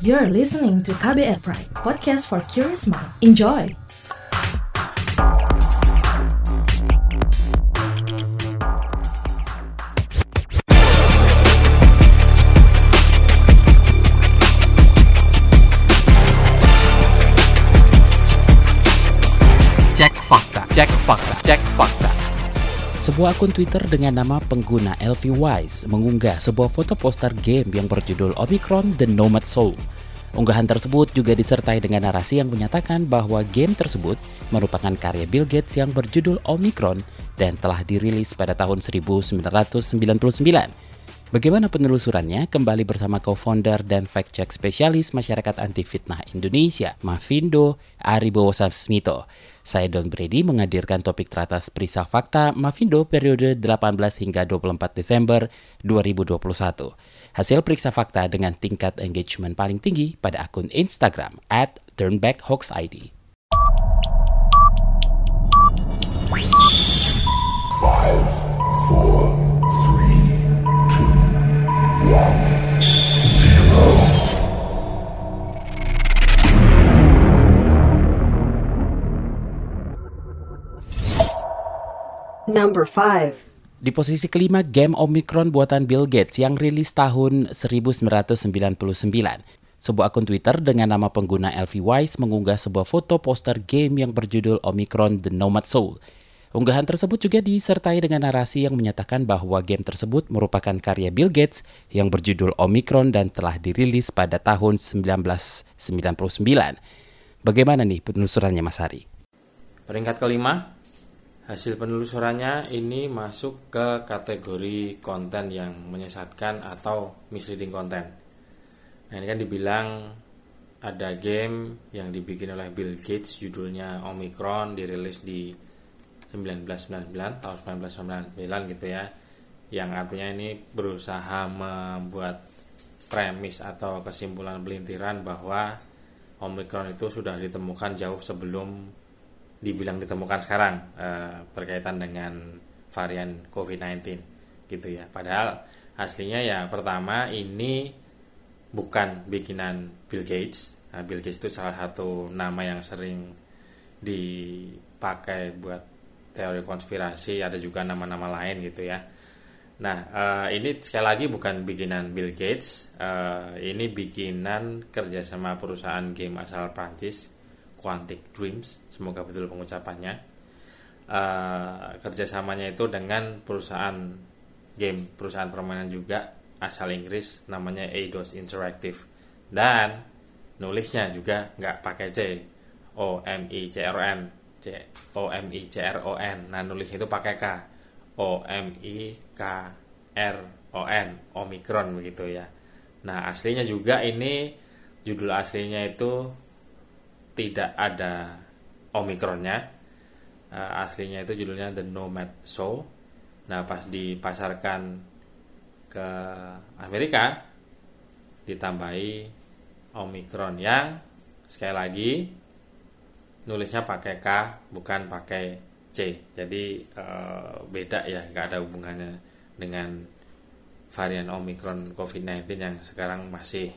You're listening to KBR Pride, podcast for curious mind. Enjoy! Cek fakta. Sebuah akun Twitter dengan nama pengguna LV Wise mengunggah sebuah foto poster game yang berjudul Omicron The Nomad Soul. Unggahan tersebut juga disertai dengan narasi yang menyatakan bahwa game tersebut merupakan karya Bill Gates yang berjudul Omicron dan telah dirilis pada tahun 1999. Bagaimana penelusurannya? Kembali bersama co-founder dan fact-check spesialis masyarakat anti fitnah Indonesia, Mavindo Aribowo Sasmito. Saya Don Brady menghadirkan topik teratas Periksa Fakta Mavindo periode 18 hingga 24 Desember 2021. Hasil periksa fakta dengan tingkat engagement paling tinggi pada akun Instagram @turnbackhoaxid. 5. Di posisi kelima, game Omicron buatan Bill Gates yang rilis tahun 1999. Sebuah akun Twitter dengan nama pengguna LV Wise mengunggah sebuah foto poster game yang berjudul Omicron The Nomad Soul. Unggahan tersebut juga disertai dengan narasi yang menyatakan bahwa game tersebut merupakan karya Bill Gates yang berjudul Omicron dan telah dirilis pada tahun 1999. Bagaimana nih penelusurannya, Mas Hari? Peringkat kelima, hasil penelusurannya ini masuk ke kategori konten yang menyesatkan atau misleading content. Nah, ini kan dibilang ada game yang dibikin oleh Bill Gates, judulnya Omicron, dirilis di 1999 tahun 1999 gitu ya, yang artinya ini berusaha membuat premis atau kesimpulan pelintiran bahwa Omicron itu sudah ditemukan jauh sebelum dibilang ditemukan sekarang berkaitan dengan varian COVID-19 gitu ya. Padahal aslinya ya pertama ini bukan bikinan Bill Gates. Nah, Bill Gates itu salah satu nama yang sering dipakai buat teori konspirasi, ada juga nama-nama lain gitu ya. Nah, ini sekali lagi bukan bikinan Bill Gates, ini bikinan kerjasama perusahaan game asal Prancis, Quantic Dreams, semoga betul pengucapannya. Kerjasamanya itu dengan perusahaan game, perusahaan permainan juga asal Inggris, namanya Eidos Interactive. Dan nulisnya juga nggak pakai C, Omicron. Nah, nulisnya itu pakai K, Omikron, Omicron begitu ya. Nah, aslinya juga ini, judul aslinya itu tidak ada Omicronnya. Aslinya itu judulnya The Nomad Soul. Nah, pas dipasarkan ke Amerika ditambahi Omicron yang sekali lagi nulisnya pakai K bukan pakai C. Jadi beda ya, nggak ada hubungannya dengan varian Omicron COVID-19 yang sekarang masih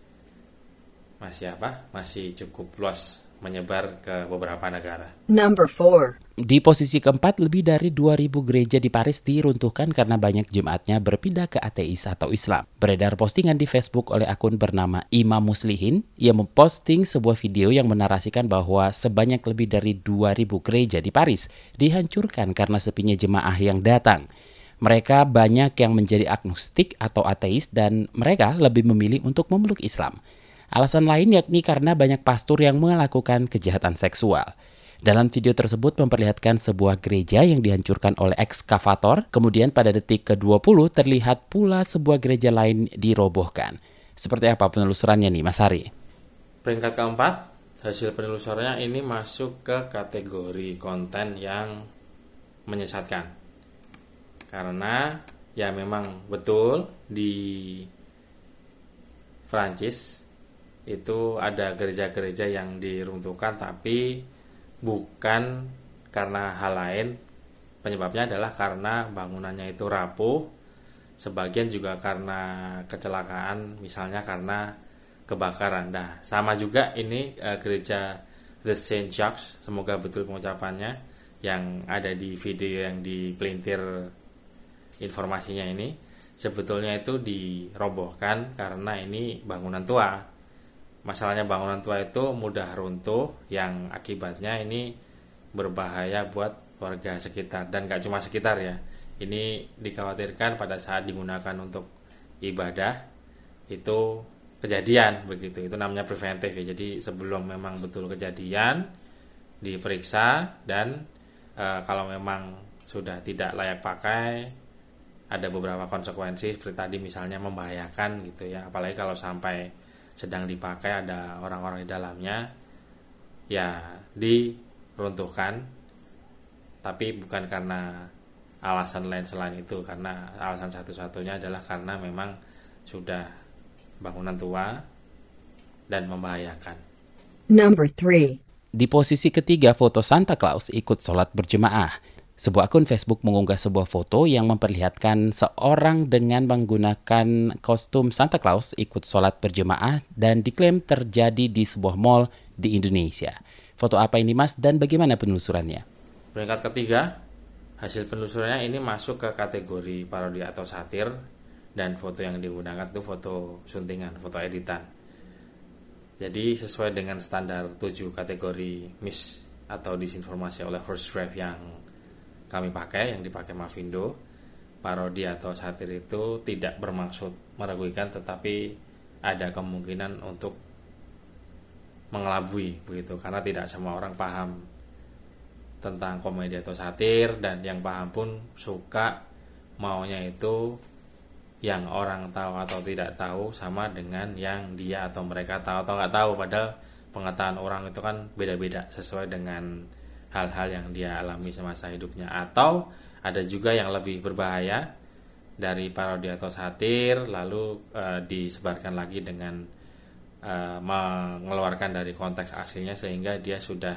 cukup luas menyebar ke beberapa negara. 4. Di posisi keempat, lebih dari 2.000 gereja di Paris diruntuhkan karena banyak jemaatnya berpindah ke ateis atau Islam. Beredar postingan di Facebook oleh akun bernama Imam Muslihin. Ia memposting sebuah video yang menarasikan bahwa sebanyak lebih dari 2.000 gereja di Paris dihancurkan karena sepinya jemaah yang datang. Mereka banyak yang menjadi agnostik atau ateis dan mereka lebih memilih untuk memeluk Islam. Alasan lain yakni karena banyak pastor yang melakukan kejahatan seksual. Dalam video tersebut memperlihatkan sebuah gereja yang dihancurkan oleh ekskavator, kemudian pada detik ke-20 terlihat pula sebuah gereja lain dirobohkan. Seperti apa penelusurannya nih, Mas Hari? Peringkat keempat, hasil penelusurannya ini masuk ke kategori konten yang menyesatkan. Karena ya memang betul di Prancis itu ada gereja-gereja yang diruntuhkan, tapi bukan karena hal lain. Penyebabnya adalah karena bangunannya itu rapuh, sebagian juga karena kecelakaan, misalnya karena kebakaran. Nah, sama juga ini gereja The Saint Jacques, semoga betul pengucapannya, yang ada di video yang dipelintir informasinya ini. Sebetulnya itu dirobohkan karena ini bangunan tua. Masalahnya bangunan tua itu mudah runtuh, yang akibatnya ini berbahaya buat warga sekitar. Dan gak cuma sekitar ya, ini dikhawatirkan pada saat digunakan untuk ibadah itu kejadian begitu. Itu namanya preventif ya. Jadi sebelum memang betul kejadian diperiksa, dan kalau memang sudah tidak layak pakai, ada beberapa konsekuensi seperti tadi, misalnya membahayakan gitu ya. Apalagi kalau sampai sedang dipakai ada orang-orang di dalamnya, ya diruntuhkan. Tapi bukan karena alasan lain selain itu, karena alasan satu-satunya adalah karena memang sudah bangunan tua dan membahayakan. Number 3. Di posisi ketiga, foto Santa Claus ikut sholat berjemaah. Sebuah akun Facebook mengunggah sebuah foto yang memperlihatkan seorang dengan menggunakan kostum Santa Claus ikut sholat berjemaah dan diklaim terjadi di sebuah mall di Indonesia. Foto apa ini, Mas, dan bagaimana penelusurannya? Peringkat ketiga, hasil penelusurannya ini masuk ke kategori parodi atau satir, dan foto yang digunakan itu foto suntingan, foto editan. Jadi sesuai dengan standar 7 kategori mis atau disinformasi oleh First Draft yang kami pakai, yang dipakai Mavindo, parodi atau satir itu tidak bermaksud merugikan, tetapi ada kemungkinan untuk mengelabui begitu, karena tidak semua orang paham tentang komedi atau satir, dan yang paham pun suka maunya itu yang orang tahu atau tidak tahu sama dengan yang dia atau mereka tahu atau nggak tahu. Padahal pengetahuan orang itu kan beda-beda sesuai dengan hal-hal yang dia alami semasa hidupnya. Atau ada juga yang lebih berbahaya dari parodi atau satir, lalu disebarkan lagi dengan mengeluarkan dari konteks aslinya, sehingga dia sudah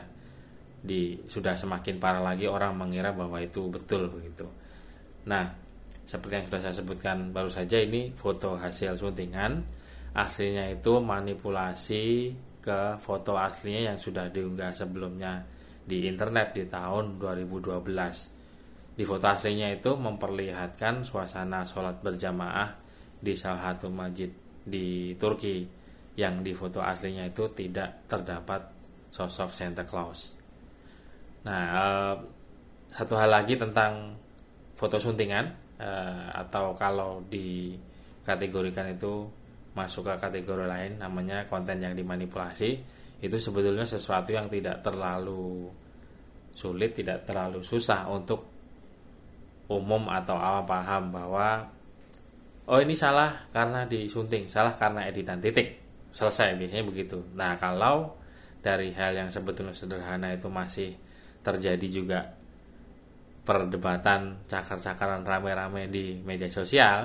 semakin parah lagi, orang mengira bahwa itu betul begitu. Nah, seperti yang sudah saya sebutkan baru saja, ini foto hasil suntingan, aslinya itu manipulasi ke foto aslinya yang sudah diunggah sebelumnya di internet di tahun 2012. Di foto aslinya itu memperlihatkan suasana sholat berjamaah di salah satu masjid di Turki, yang di foto aslinya itu tidak terdapat sosok Santa Claus. Nah, satu hal lagi tentang foto suntingan, atau kalau dikategorikan itu masuk ke kategori lain, namanya konten yang dimanipulasi. Itu sebetulnya sesuatu yang tidak terlalu sulit, tidak terlalu susah untuk umum atau awam paham bahwa oh ini salah karena disunting, salah karena editan, titik, selesai, biasanya begitu. Nah, kalau dari hal yang sebetulnya sederhana itu masih terjadi juga perdebatan, cakar-cakaran rame-rame di media sosial,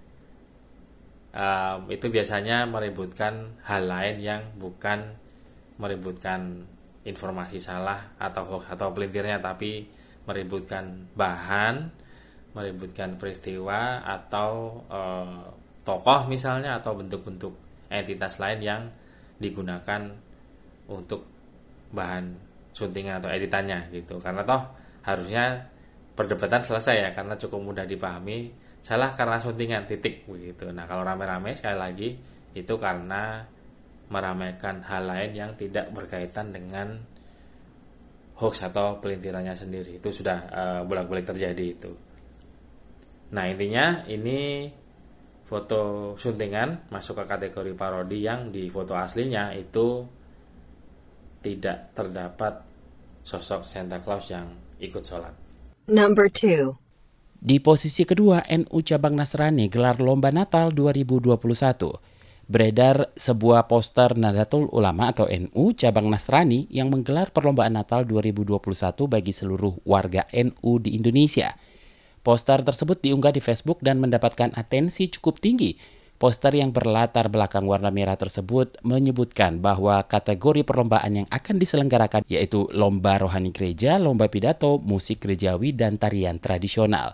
itu biasanya meributkan hal lain yang bukan meributkan informasi salah atau hoax atau pelintirnya, tapi meributkan bahan, meributkan peristiwa atau tokoh misalnya, atau bentuk-bentuk entitas lain yang digunakan untuk bahan suntingan atau editannya gitu. Karena toh harusnya perdebatan selesai ya, karena cukup mudah dipahami, salah karena suntingan, titik begitu. Nah, kalau rame-rame sekali lagi itu karena meramaikan hal lain yang tidak berkaitan dengan hoax atau pelintirannya sendiri. Itu sudah bolak-balik terjadi itu. Nah, intinya ini foto suntingan masuk ke kategori parodi, yang di foto aslinya itu tidak terdapat sosok Santa Claus yang ikut sholat. Number 2. Di posisi kedua, NU Cabang Nasrani gelar Lomba Natal 2021. Beredar sebuah poster Nahdlatul Ulama atau NU Cabang Nasrani yang menggelar perlombaan Natal 2021 bagi seluruh warga NU di Indonesia. Poster tersebut diunggah di Facebook dan mendapatkan atensi cukup tinggi. Poster yang berlatar belakang warna merah tersebut menyebutkan bahwa kategori perlombaan yang akan diselenggarakan yaitu lomba rohani gereja, lomba pidato, musik gerejawi, dan tarian tradisional.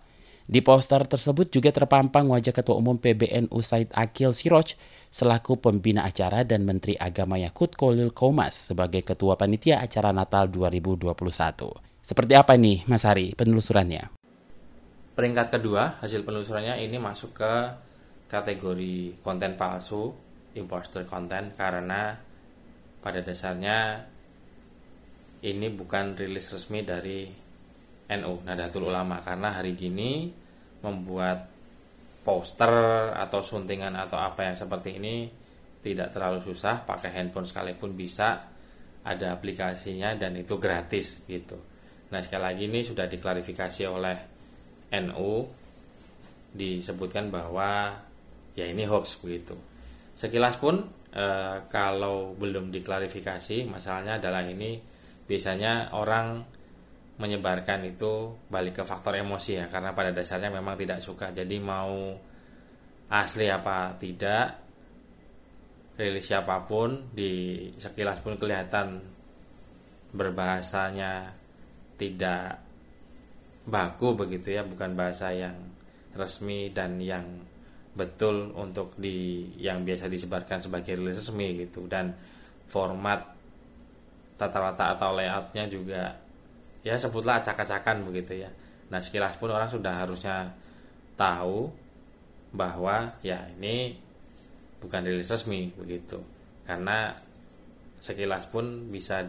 Di poster tersebut juga terpampang wajah Ketua Umum PBNU Said Akil Siroj selaku pembina acara dan Menteri Agama Yakut Khalil Qomas sebagai Ketua Panitia Acara Natal 2021. Seperti apa nih Mas Hari penelusurannya? Peringkat kedua hasil penelusurannya ini masuk ke kategori konten palsu, imposter content, karena pada dasarnya ini bukan rilis resmi dari NU Nahdlatul Ulama, karena hari gini membuat poster atau suntingan atau apa yang seperti ini tidak terlalu susah, pakai handphone sekalipun bisa, ada aplikasinya dan itu gratis gitu. Nah sekali lagi ini sudah diklarifikasi oleh NU, disebutkan bahwa ya ini hoax begitu. Sekilas pun kalau belum diklarifikasi, masalahnya adalah ini biasanya orang menyebarkan itu balik ke faktor emosi ya, karena pada dasarnya memang tidak suka. Jadi mau asli apa tidak, rilis siapapun di sekilas pun kelihatan berbahasanya tidak baku begitu ya, bukan bahasa yang resmi dan yang betul untuk yang biasa disebarkan sebagai rilis resmi gitu. Dan format tata letak atau layoutnya juga ya sebutlah acak-acakan begitu ya. Nah sekilas pun orang sudah harusnya tahu bahwa ya ini bukan rilis resmi begitu, karena sekilas pun bisa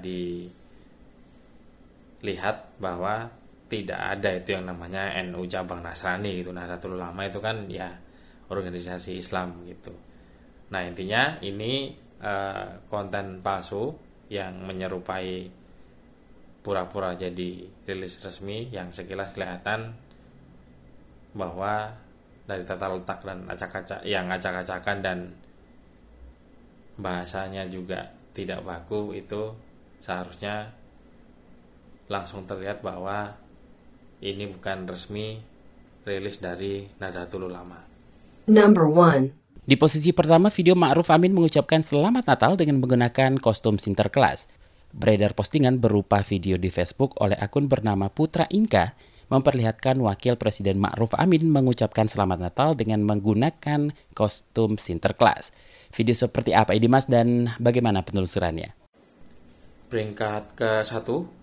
dilihat bahwa tidak ada itu yang namanya NU cabang Nasrani gitu. Nahdlatul Ulama itu kan ya organisasi Islam gitu. Nah intinya ini konten palsu yang menyerupai pura-pura jadi rilis resmi yang sekilas kelihatan bahwa dari tata letak dan acak-acakan dan bahasanya juga tidak baku, itu seharusnya langsung terlihat bahwa ini bukan resmi rilis dari Nahdlatul Ulama. Number 1. Di posisi pertama, video Ma'ruf Amin mengucapkan Selamat Natal dengan menggunakan kostum Sinterklas. Beredar postingan berupa video di Facebook oleh akun bernama Putra Inka memperlihatkan Wakil Presiden Ma'ruf Amin mengucapkan Selamat Natal dengan menggunakan kostum Sinterklas. Video seperti apa ini Mas dan bagaimana penelusurannya? Peringkat ke-1,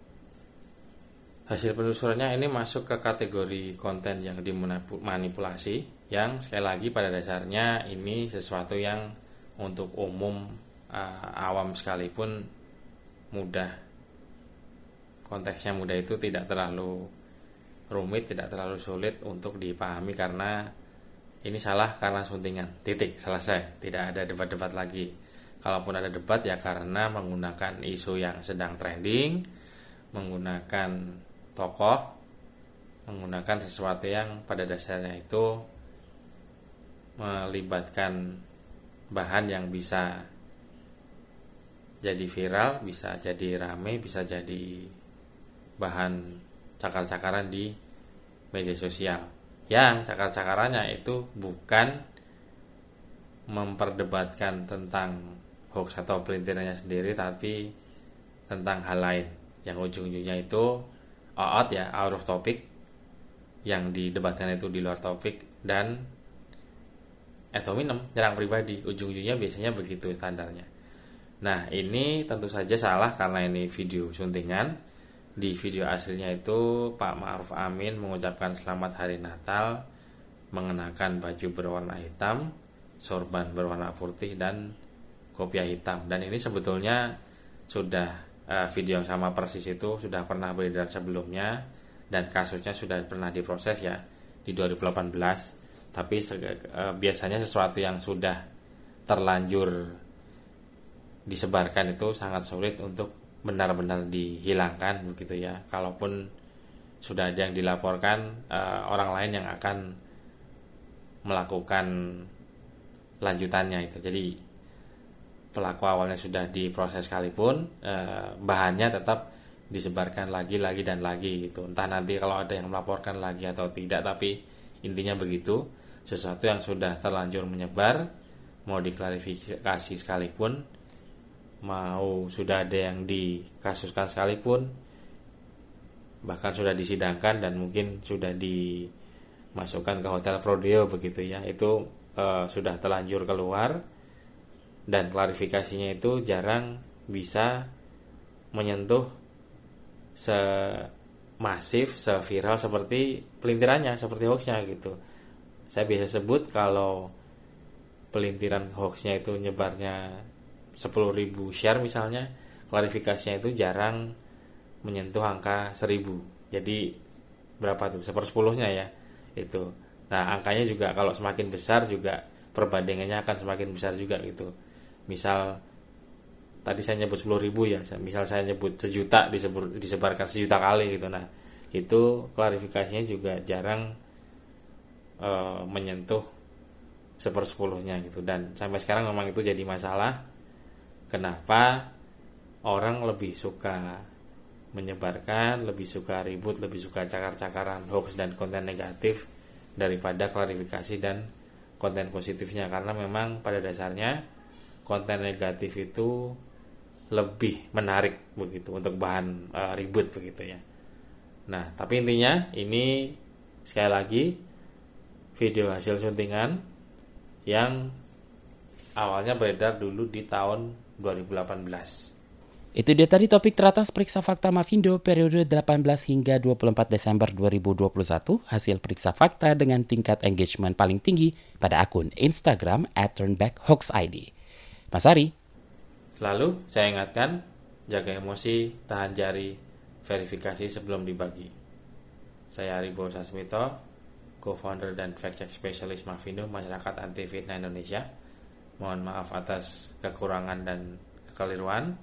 hasil penelusurannya ini masuk ke kategori konten yang dimanipulasi, yang sekali lagi pada dasarnya ini sesuatu yang untuk umum awam sekalipun mudah. Konteksnya mudah itu tidak terlalu rumit, tidak terlalu sulit untuk dipahami, karena ini salah karena suntingan, titik, selesai, tidak ada debat-debat lagi. Kalaupun ada debat ya karena menggunakan isu yang sedang trending, menggunakan tokoh, menggunakan sesuatu yang pada dasarnya itu melibatkan bahan yang bisa jadi viral, bisa jadi rame, bisa jadi bahan cakar-cakaran di media sosial. Yang cakar-cakarannya itu bukan memperdebatkan tentang hoax atau pelintirannya sendiri, tapi tentang hal lain yang ujung-ujungnya itu out of topic, yang didebatkan itu di luar topik, dan nyerang pribadi, ujung-ujungnya biasanya begitu standarnya. Nah ini tentu saja salah karena ini video suntingan. Di video aslinya itu Pak Ma'ruf Amin mengucapkan Selamat Hari Natal mengenakan baju berwarna hitam, sorban berwarna putih, dan kopiah hitam. Dan ini sebetulnya sudah video yang sama persis itu sudah pernah beredar sebelumnya, dan kasusnya sudah pernah diproses ya di 2018. Tapi biasanya sesuatu yang sudah terlanjur disebarkan itu sangat sulit untuk benar-benar dihilangkan begitu ya. Kalaupun sudah ada yang dilaporkan, orang lain yang akan melakukan lanjutannya itu. Jadi pelaku awalnya sudah diproses sekalipun, bahannya tetap disebarkan lagi dan lagi gitu. Entah nanti kalau ada yang melaporkan lagi atau tidak, tapi intinya begitu. Sesuatu yang sudah terlanjur menyebar, mau diklarifikasi sekalipun, mau sudah ada yang dikasuskan sekalipun, bahkan sudah disidangkan dan mungkin sudah masukkan ke hotel Prodeo begitu ya. Itu sudah terlanjur keluar, dan klarifikasinya itu jarang bisa menyentuh semasif, seviral seperti pelintirannya, seperti hoaxnya gitu. Saya biasa sebut kalau pelintiran hoaxnya itu nyebarnya 10.000 share misalnya, klarifikasinya itu jarang menyentuh angka 1.000. Jadi berapa tuh? 1/10-nya ya itu. Nah, angkanya juga kalau semakin besar juga perbandingannya akan semakin besar juga gitu. Misal tadi saya nyebut 10.000 ya, misal saya nyebut 1 juta disebarkan 1 juta kali gitu. Nah, itu klarifikasinya juga jarang menyentuh 1/10-nya gitu. Dan sampai sekarang memang itu jadi masalah. Kenapa orang lebih suka menyebarkan, lebih suka ribut, lebih suka cakar-cakaran hoax dan konten negatif daripada klarifikasi dan konten positifnya? Karena memang pada dasarnya konten negatif itu lebih menarik begitu untuk bahan ribut begitu ya. Nah, tapi intinya ini sekali lagi video hasil syutingan yang awalnya beredar dulu di tahun 2018. Itu dia tadi topik teratas Periksa Fakta Mavindo periode 18 hingga 24 Desember 2021, hasil periksa fakta dengan tingkat engagement paling tinggi pada akun Instagram @turnbackhoaxid. Mas Ari. Lalu saya ingatkan, jaga emosi, tahan jari, verifikasi sebelum dibagi. Saya Aribo Sasmito, co-founder dan fact-check specialist Mavindo, Masyarakat Anti Fitnah Indonesia. Mohon maaf atas kekurangan dan kekeliruan.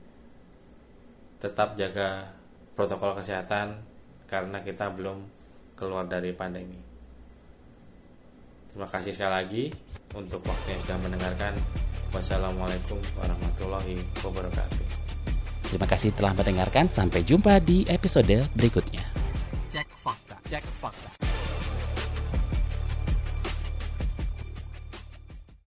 Tetap jaga protokol kesehatan karena kita belum keluar dari pandemi. Terima kasih sekali lagi untuk waktu yang sudah mendengarkan. Wassalamualaikum warahmatullahi wabarakatuh. Terima kasih telah mendengarkan. Sampai jumpa di episode berikutnya. Cek fakta.